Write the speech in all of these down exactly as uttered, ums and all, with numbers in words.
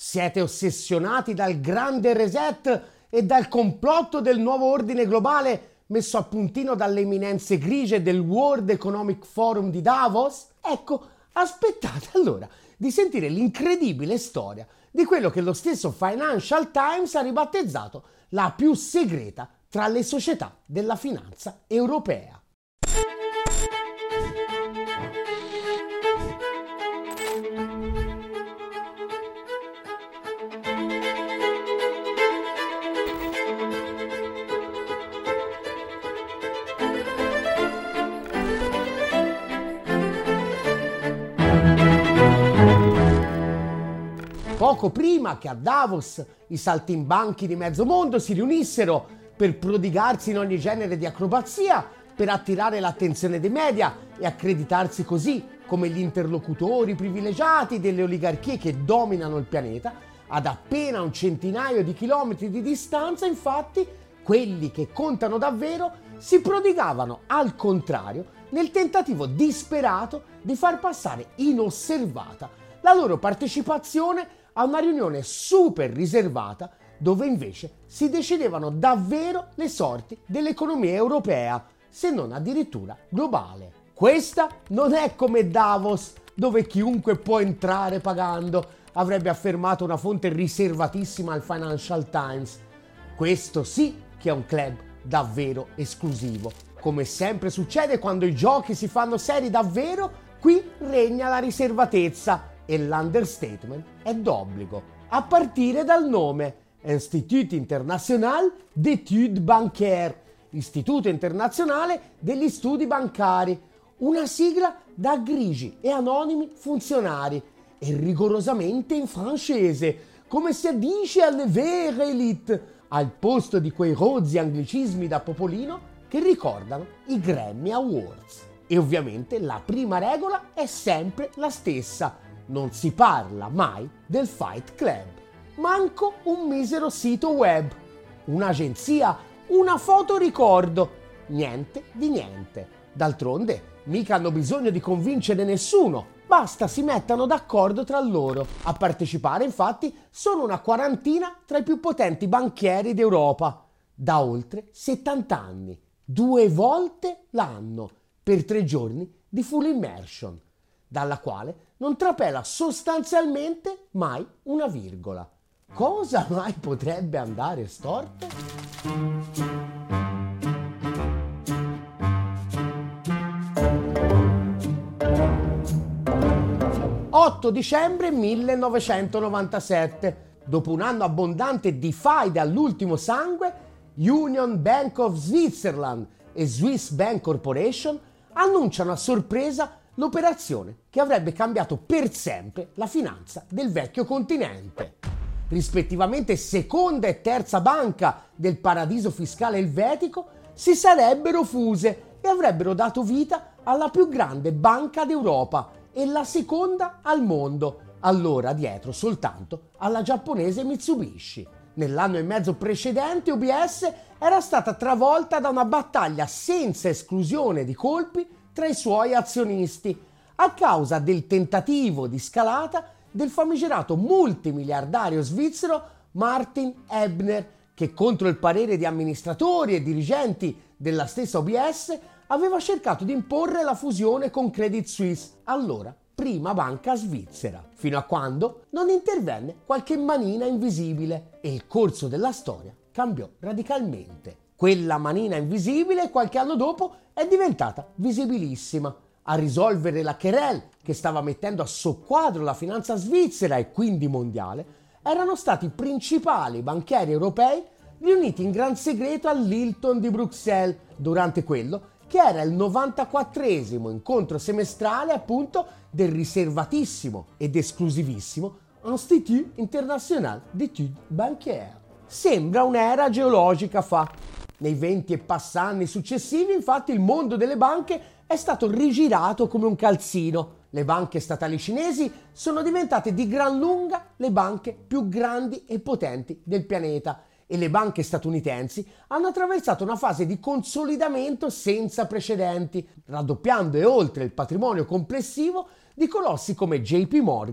Siete ossessionati dal grande reset e dal complotto del nuovo ordine globale messo a puntino dalle eminenze grigie del World Economic Forum di Davos? Ecco, aspettate allora di sentire l'incredibile storia di quello che lo stesso Financial Times ha ribattezzato la più segreta tra le società della finanza europea. Poco prima che a Davos i saltimbanchi di mezzo mondo si riunissero per prodigarsi in ogni genere di acrobazia, per attirare l'attenzione dei media e accreditarsi così come gli interlocutori privilegiati delle oligarchie che dominano il pianeta, ad appena un centinaio di chilometri di distanza, infatti, quelli che contano davvero si prodigavano al contrario nel tentativo disperato di far passare inosservata la loro partecipazione a una riunione super riservata dove invece si decidevano davvero le sorti dell'economia europea, se non addirittura globale. Questa non è come Davos, dove chiunque può entrare pagando, avrebbe affermato una fonte riservatissima al Financial Times. Questo sì che è un club davvero esclusivo. Come sempre succede quando i giochi si fanno seri davvero, qui regna la riservatezza e l'understatement è d'obbligo, a partire dal nome Institut International d'Études Bancaires, Istituto Internazionale degli Studi Bancari, una sigla da grigi e anonimi funzionari e rigorosamente in francese, come si dice alle vere elite, al posto di quei rozzi anglicismi da popolino che ricordano i Grammy Awards. E ovviamente la prima regola è sempre la stessa: non si parla mai del Fight Club, manco un misero sito web, un'agenzia, una fotoricordo, niente di niente. D'altronde mica hanno bisogno di convincere nessuno, basta si mettano d'accordo tra loro. A partecipare infatti sono una quarantina tra i più potenti banchieri d'Europa, da oltre settanta anni, due volte l'anno, per tre giorni di full immersion, dalla quale non trapela sostanzialmente mai una virgola. Cosa mai potrebbe andare storto? otto dicembre millenovecentonovantasette. Dopo un anno abbondante di faide all'ultimo sangue, Union Bank of Switzerland e Swiss Bank Corporation annunciano a sorpresa l'operazione che avrebbe cambiato per sempre la finanza del vecchio continente. Rispettivamente seconda e terza banca del paradiso fiscale elvetico si sarebbero fuse e avrebbero dato vita alla più grande banca d'Europa e la seconda al mondo, allora dietro soltanto alla giapponese Mitsubishi. Nell'anno e mezzo precedente U B S era stata travolta da una battaglia senza esclusione di colpi tra i suoi azionisti, a causa del tentativo di scalata del famigerato multimiliardario svizzero Martin Ebner, che contro il parere di amministratori e dirigenti della stessa U B S aveva cercato di imporre la fusione con Credit Suisse, allora prima banca svizzera, fino a quando non intervenne qualche manina invisibile e il corso della storia cambiò radicalmente. Quella manina invisibile qualche anno dopo è diventata visibilissima. A risolvere la querelle che stava mettendo a soqquadro la finanza svizzera e quindi mondiale erano stati i principali banchieri europei riuniti in gran segreto all'Hilton di Bruxelles durante quello che era il novantaquattresimo incontro semestrale appunto del riservatissimo ed esclusivissimo Institut International d'Études Bancaires. Sembra un'era geologica fa. Nei venti e passa anni successivi, infatti, il mondo delle banche è stato rigirato come un calzino. Le banche statali cinesi sono diventate di gran lunga le banche più grandi e potenti del pianeta e le banche statunitensi hanno attraversato una fase di consolidamento senza precedenti, raddoppiando e oltre il patrimonio complessivo di colossi come J P Morgan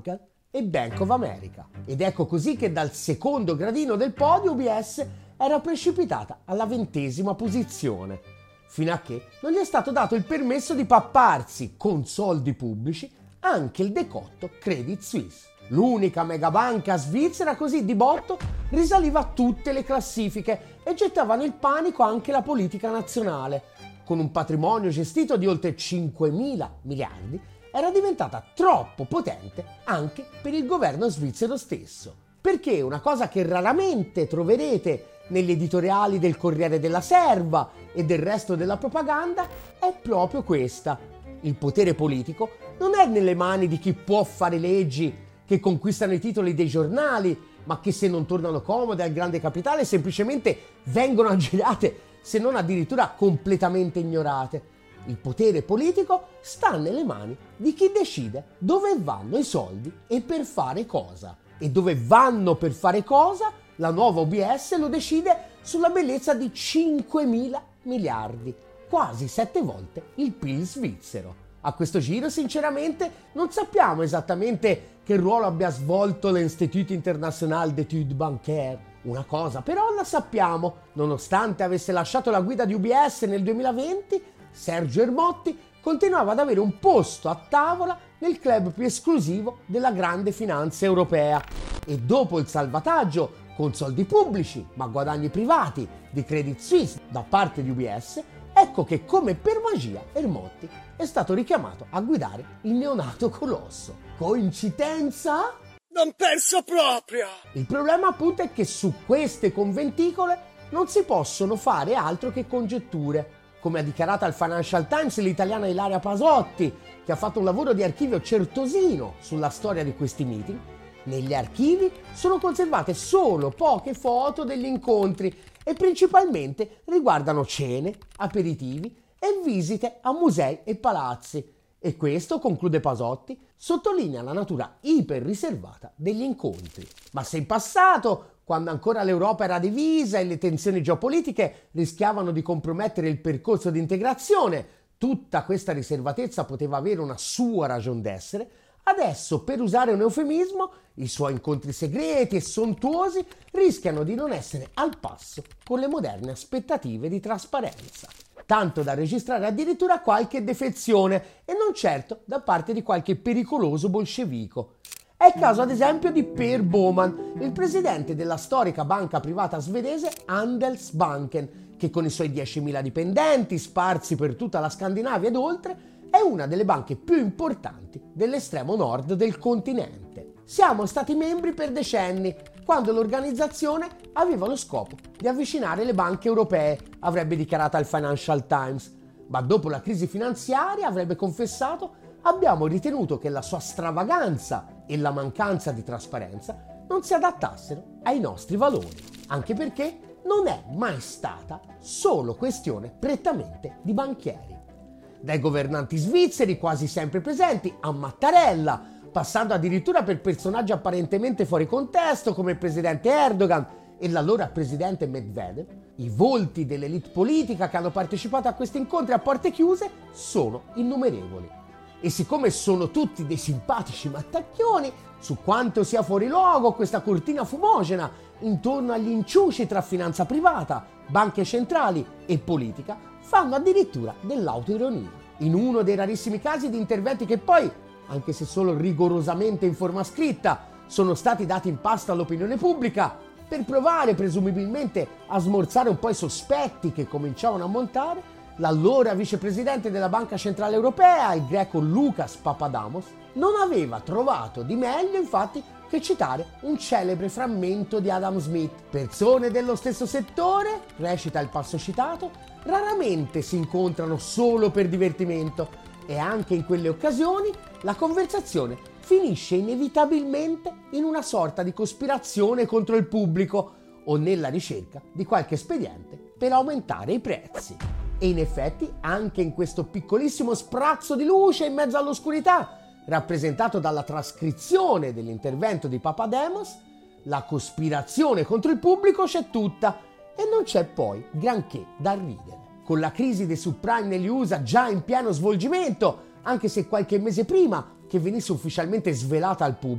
e Bank of America. Ed ecco così che dal secondo gradino del podio U B S era precipitata alla ventesima posizione, fino a che non gli è stato dato il permesso di papparsi con soldi pubblici anche il decotto Credit Suisse. L'unica megabanca svizzera così di botto risaliva tutte le classifiche e gettava nel panico anche la politica nazionale. Con un patrimonio gestito di oltre cinquemila miliardi, era diventata troppo potente anche per il governo svizzero stesso. Perché una cosa che raramente troverete negli editoriali del Corriere della Serva e del resto della propaganda è proprio questa. Il potere politico non è nelle mani di chi può fare leggi che conquistano i titoli dei giornali, ma che se non tornano comode al grande capitale semplicemente vengono aggirate, se non addirittura completamente ignorate. Il potere politico sta nelle mani di chi decide dove vanno i soldi e per fare cosa. E dove vanno per fare cosa, la nuova U B S lo decide sulla bellezza di cinquemila miliardi, quasi sette volte il P I L svizzero. A questo giro, sinceramente, non sappiamo esattamente che ruolo abbia svolto l'Institut International d'Études Bancaires. Una cosa però la sappiamo: nonostante avesse lasciato la guida di U B S nel duemilaventi, Sergio Ermotti continuava ad avere un posto a tavola nel club più esclusivo della grande finanza europea. E dopo il salvataggio, con soldi pubblici ma guadagni privati, di Credit Suisse da parte di U B S, ecco che come per magia Ermotti è stato richiamato a guidare il neonato colosso. Coincidenza? Non penso proprio! Il problema appunto è che su queste conventicole non si possono fare altro che congetture. Come ha dichiarato al Financial Times l'italiana Ilaria Pasotti, che ha fatto un lavoro di archivio certosino sulla storia di questi meeting, negli archivi sono conservate solo poche foto degli incontri e principalmente riguardano cene, aperitivi e visite a musei e palazzi. E questo, conclude Pasotti, sottolinea la natura iper riservata degli incontri. Ma se in passato, quando ancora l'Europa era divisa e le tensioni geopolitiche rischiavano di compromettere il percorso di integrazione, tutta questa riservatezza poteva avere una sua ragion d'essere, adesso, per usare un eufemismo, i suoi incontri segreti e sontuosi rischiano di non essere al passo con le moderne aspettative di trasparenza. Tanto da registrare addirittura qualche defezione, e non certo da parte di qualche pericoloso bolscevico. È il caso ad esempio di Per Boman, il presidente della storica banca privata svedese Handelsbanken, che con i suoi diecimila dipendenti sparsi per tutta la Scandinavia ed oltre, è una delle banche più importanti dell'estremo nord del continente. Siamo stati membri per decenni, quando l'organizzazione aveva lo scopo di avvicinare le banche europee, avrebbe dichiarato al Financial Times, ma dopo la crisi finanziaria, avrebbe confessato, abbiamo ritenuto che la sua stravaganza e la mancanza di trasparenza non si adattassero ai nostri valori, anche perché non è mai stata solo questione prettamente di banchieri. Dai governanti svizzeri quasi sempre presenti a Mattarella, passando addirittura per personaggi apparentemente fuori contesto come il presidente Erdogan e l'allora presidente Medvedev, i volti dell'elite politica che hanno partecipato a questi incontri a porte chiuse sono innumerevoli. E siccome sono tutti dei simpatici mattacchioni, su quanto sia fuori luogo questa cortina fumogena intorno agli inciuci tra finanza privata, banche centrali e politica, fanno addirittura dell'autoironia. In uno dei rarissimi casi di interventi che poi, anche se solo rigorosamente in forma scritta, sono stati dati in pasto all'opinione pubblica, per provare presumibilmente a smorzare un po' i sospetti che cominciavano a montare, l'allora vicepresidente della Banca Centrale Europea, il greco Lucas Papadamos, non aveva trovato di meglio infatti che citare un celebre frammento di Adam Smith. Persone dello stesso settore, recita il passo citato, raramente si incontrano solo per divertimento e anche in quelle occasioni la conversazione finisce inevitabilmente in una sorta di cospirazione contro il pubblico o nella ricerca di qualche espediente per aumentare i prezzi. E in effetti anche in questo piccolissimo sprazzo di luce in mezzo all'oscurità, rappresentato dalla trascrizione dell'intervento di Papademos, la cospirazione contro il pubblico c'è tutta e non c'è poi granché da ridere. Con la crisi dei subprime negli U S A già in pieno svolgimento, anche se qualche mese prima che venisse ufficialmente svelata al pubblico,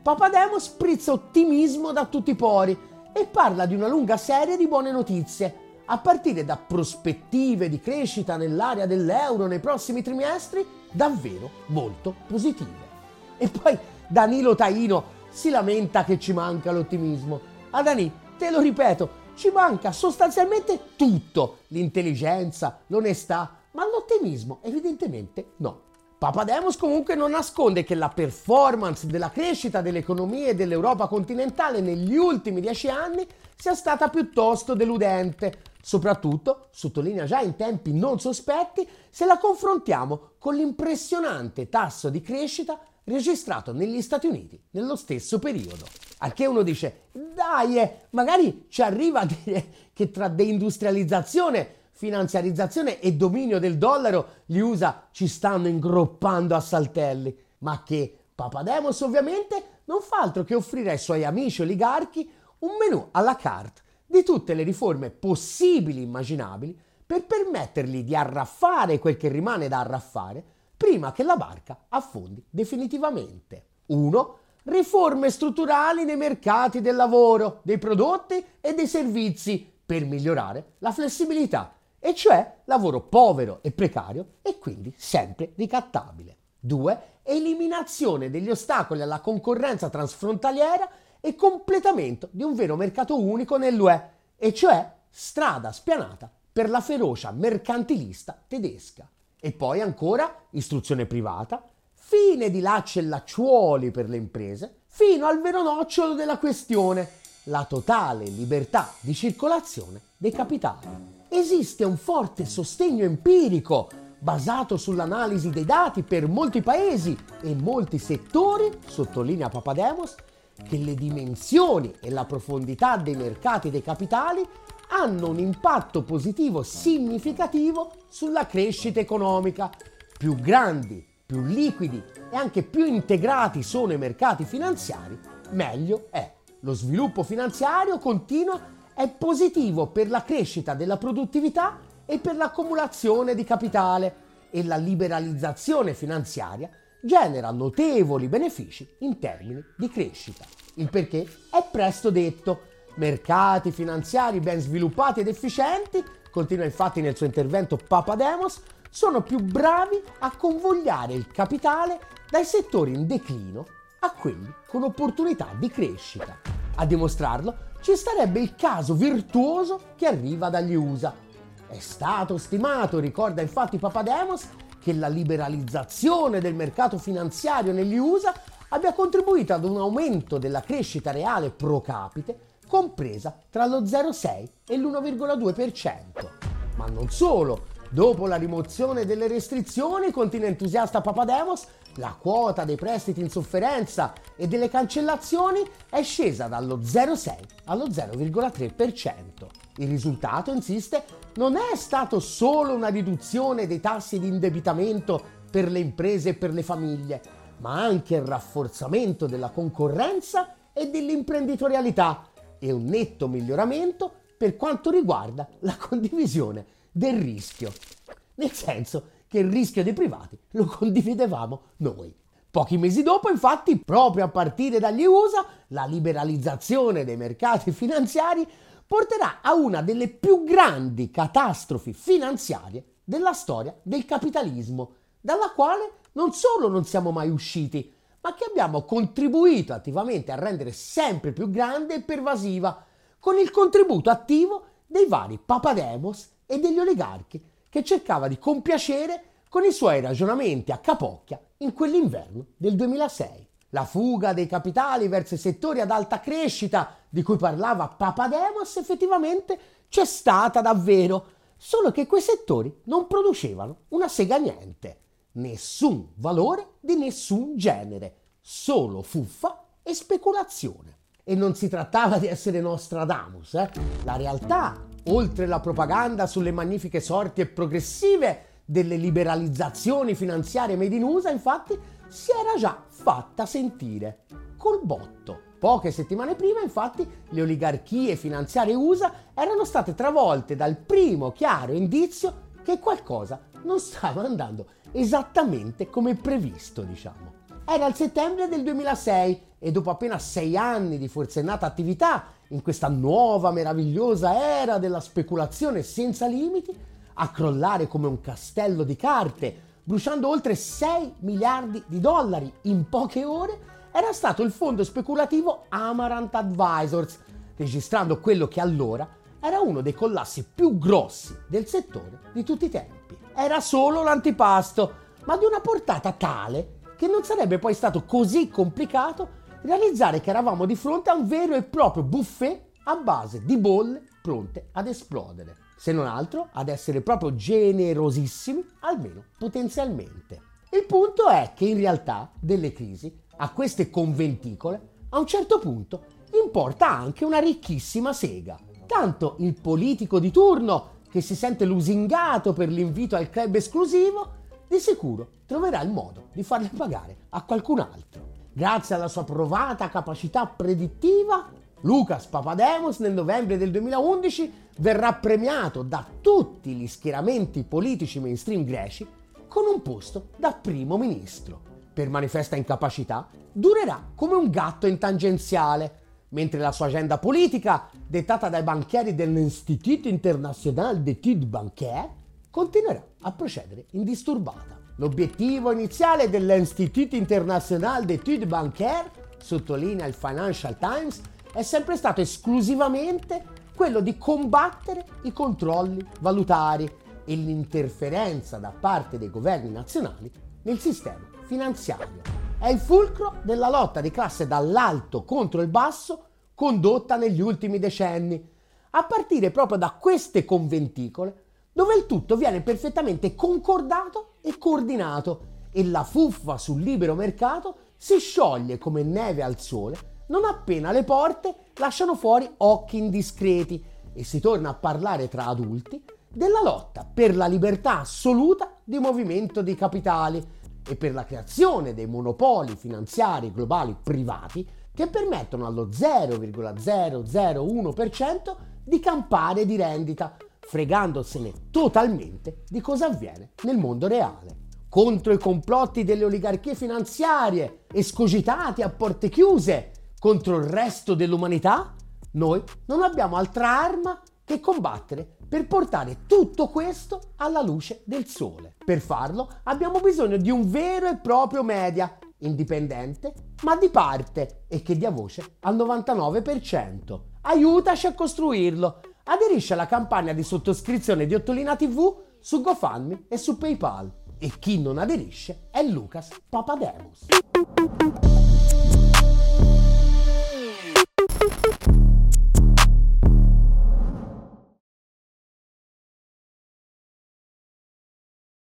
Papademos sprizza ottimismo da tutti i pori e parla di una lunga serie di buone notizie, a partire da prospettive di crescita nell'area dell'euro nei prossimi trimestri davvero molto positive. E poi Danilo Taino si lamenta che ci manca l'ottimismo. A Dani, te lo ripeto, ci manca sostanzialmente tutto, l'intelligenza, l'onestà, ma l'ottimismo evidentemente no. Papademos comunque non nasconde che la performance della crescita delle economie dell'Europa continentale negli ultimi dieci anni sia stata piuttosto deludente, soprattutto, sottolinea già in tempi non sospetti, se la confrontiamo con l'impressionante tasso di crescita registrato negli Stati Uniti nello stesso periodo. Al che uno dice, dai, eh, magari ci arriva a dire che tra deindustrializzazione, finanziarizzazione e dominio del dollaro gli U S A ci stanno ingroppando a saltelli, ma che Papademos ovviamente non fa altro che offrire ai suoi amici oligarchi un menù à la carte di tutte le riforme possibili e immaginabili per permettergli di arraffare quel che rimane da arraffare prima che la barca affondi definitivamente. uno. Riforme strutturali nei mercati del lavoro, dei prodotti e dei servizi per migliorare la flessibilità, e cioè lavoro povero e precario e quindi sempre ricattabile. due. Eliminazione degli ostacoli alla concorrenza transfrontaliera e completamento di un vero mercato unico nell'U E, e cioè strada spianata per la ferocia mercantilista tedesca. E poi ancora istruzione privata, fine di lacci e lacciuoli per le imprese, fino al vero nocciolo della questione, la totale libertà di circolazione dei capitali. Esiste un forte sostegno empirico basato sull'analisi dei dati per molti paesi e molti settori, sottolinea Papademos, che le dimensioni e la profondità dei mercati dei capitali hanno un impatto positivo significativo sulla crescita economica. Più grandi, più liquidi e anche più integrati sono i mercati finanziari, meglio è. Lo sviluppo finanziario continuo è positivo per la crescita della produttività e per l'accumulazione di capitale, e la liberalizzazione finanziaria genera notevoli benefici in termini di crescita. Il perché è presto detto. Mercati finanziari ben sviluppati ed efficienti, continua infatti nel suo intervento Papademos, sono più bravi a convogliare il capitale dai settori in declino a quelli con opportunità di crescita. A dimostrarlo ci starebbe il caso virtuoso che arriva dagli U S A. È stato stimato, ricorda infatti Papademos, che la liberalizzazione del mercato finanziario negli U S A abbia contribuito ad un aumento della crescita reale pro capite compresa tra lo zero virgola sei e l'uno virgola due per cento. Ma non solo, dopo la rimozione delle restrizioni, continua entusiasta Papademos, la quota dei prestiti in sofferenza e delle cancellazioni è scesa dallo zero virgola sei allo zero virgola tre per cento. Il risultato, insiste, non è stato solo una riduzione dei tassi di indebitamento per le imprese e per le famiglie, ma anche il rafforzamento della concorrenza e dell'imprenditorialità e un netto miglioramento per quanto riguarda la condivisione del rischio. Nel senso che il rischio dei privati lo condividevamo noi. Pochi mesi dopo, infatti, proprio a partire dagli U S A, la liberalizzazione dei mercati finanziari porterà a una delle più grandi catastrofi finanziarie della storia del capitalismo, dalla quale non solo non siamo mai usciti, ma che abbiamo contribuito attivamente a rendere sempre più grande e pervasiva, con il contributo attivo dei vari Papademos e degli oligarchi, che cercava di compiacere con i suoi ragionamenti a capocchia in quell'inverno del duemilasei. La fuga dei capitali verso i settori ad alta crescita di cui parlava Papademos effettivamente c'è stata davvero, solo che quei settori non producevano una sega niente, nessun valore di nessun genere, solo fuffa e speculazione. E non si trattava di essere Nostradamus, eh? La realtà, oltre la propaganda sulle magnifiche sorti e progressive delle liberalizzazioni finanziarie made in U S A, infatti, si era già fatta sentire col botto. Poche settimane prima, infatti, le oligarchie finanziarie U S A erano state travolte dal primo chiaro indizio che qualcosa non stava andando esattamente come previsto, diciamo. Era il settembre del duemilasei e dopo appena sei anni di forsennata attività in questa nuova meravigliosa era della speculazione senza limiti, a crollare come un castello di carte, bruciando oltre sei miliardi di dollari in poche ore, era stato il fondo speculativo Amaranth Advisors, registrando quello che allora era uno dei collassi più grossi del settore di tutti i tempi. Era solo l'antipasto, ma di una portata tale che non sarebbe poi stato così complicato realizzare che eravamo di fronte a un vero e proprio buffet a base di bolle pronte ad esplodere, se non altro ad essere proprio generosissimi, almeno potenzialmente. Il punto è che in realtà delle crisi, a queste conventicole, a un certo punto importa anche una ricchissima sega. Tanto il politico di turno, che si sente lusingato per l'invito al club esclusivo, di sicuro troverà il modo di farle pagare a qualcun altro. Grazie alla sua provata capacità predittiva, Lucas Papademos nel novembre del duemilaundici verrà premiato da tutti gli schieramenti politici mainstream greci con un posto da primo ministro. Per manifesta incapacità durerà come un gatto in tangenziale, mentre la sua agenda politica, dettata dai banchieri dell'Institut International d'Études Bancaires, continuerà a procedere indisturbata. L'obiettivo iniziale dell'Institut International d'Études Bancaires, sottolinea il Financial Times, è sempre stato esclusivamente quello di combattere i controlli valutari e l'interferenza da parte dei governi nazionali nel sistema finanziario. È il fulcro della lotta di classe dall'alto contro il basso condotta negli ultimi decenni, a partire proprio da queste conventicole dove il tutto viene perfettamente concordato e coordinato e la fuffa sul libero mercato si scioglie come neve al sole non appena le porte lasciano fuori occhi indiscreti e si torna a parlare tra adulti della lotta per la libertà assoluta di movimento di capitali e per la creazione dei monopoli finanziari globali privati che permettono allo zero virgola zero zero uno per cento di campare di rendita, fregandosene totalmente di cosa avviene nel mondo reale. Contro i complotti delle oligarchie finanziarie escogitati a porte chiuse contro il resto dell'umanità, noi non abbiamo altra arma che combattere per portare tutto questo alla luce del sole. Per farlo abbiamo bisogno di un vero e proprio media, indipendente ma di parte e che dia voce al novantanove per cento. Aiutaci a costruirlo. Aderisci alla campagna di sottoscrizione di Ottolina tivù su GoFundMe e su PayPal. E chi non aderisce è Lucas Papademos.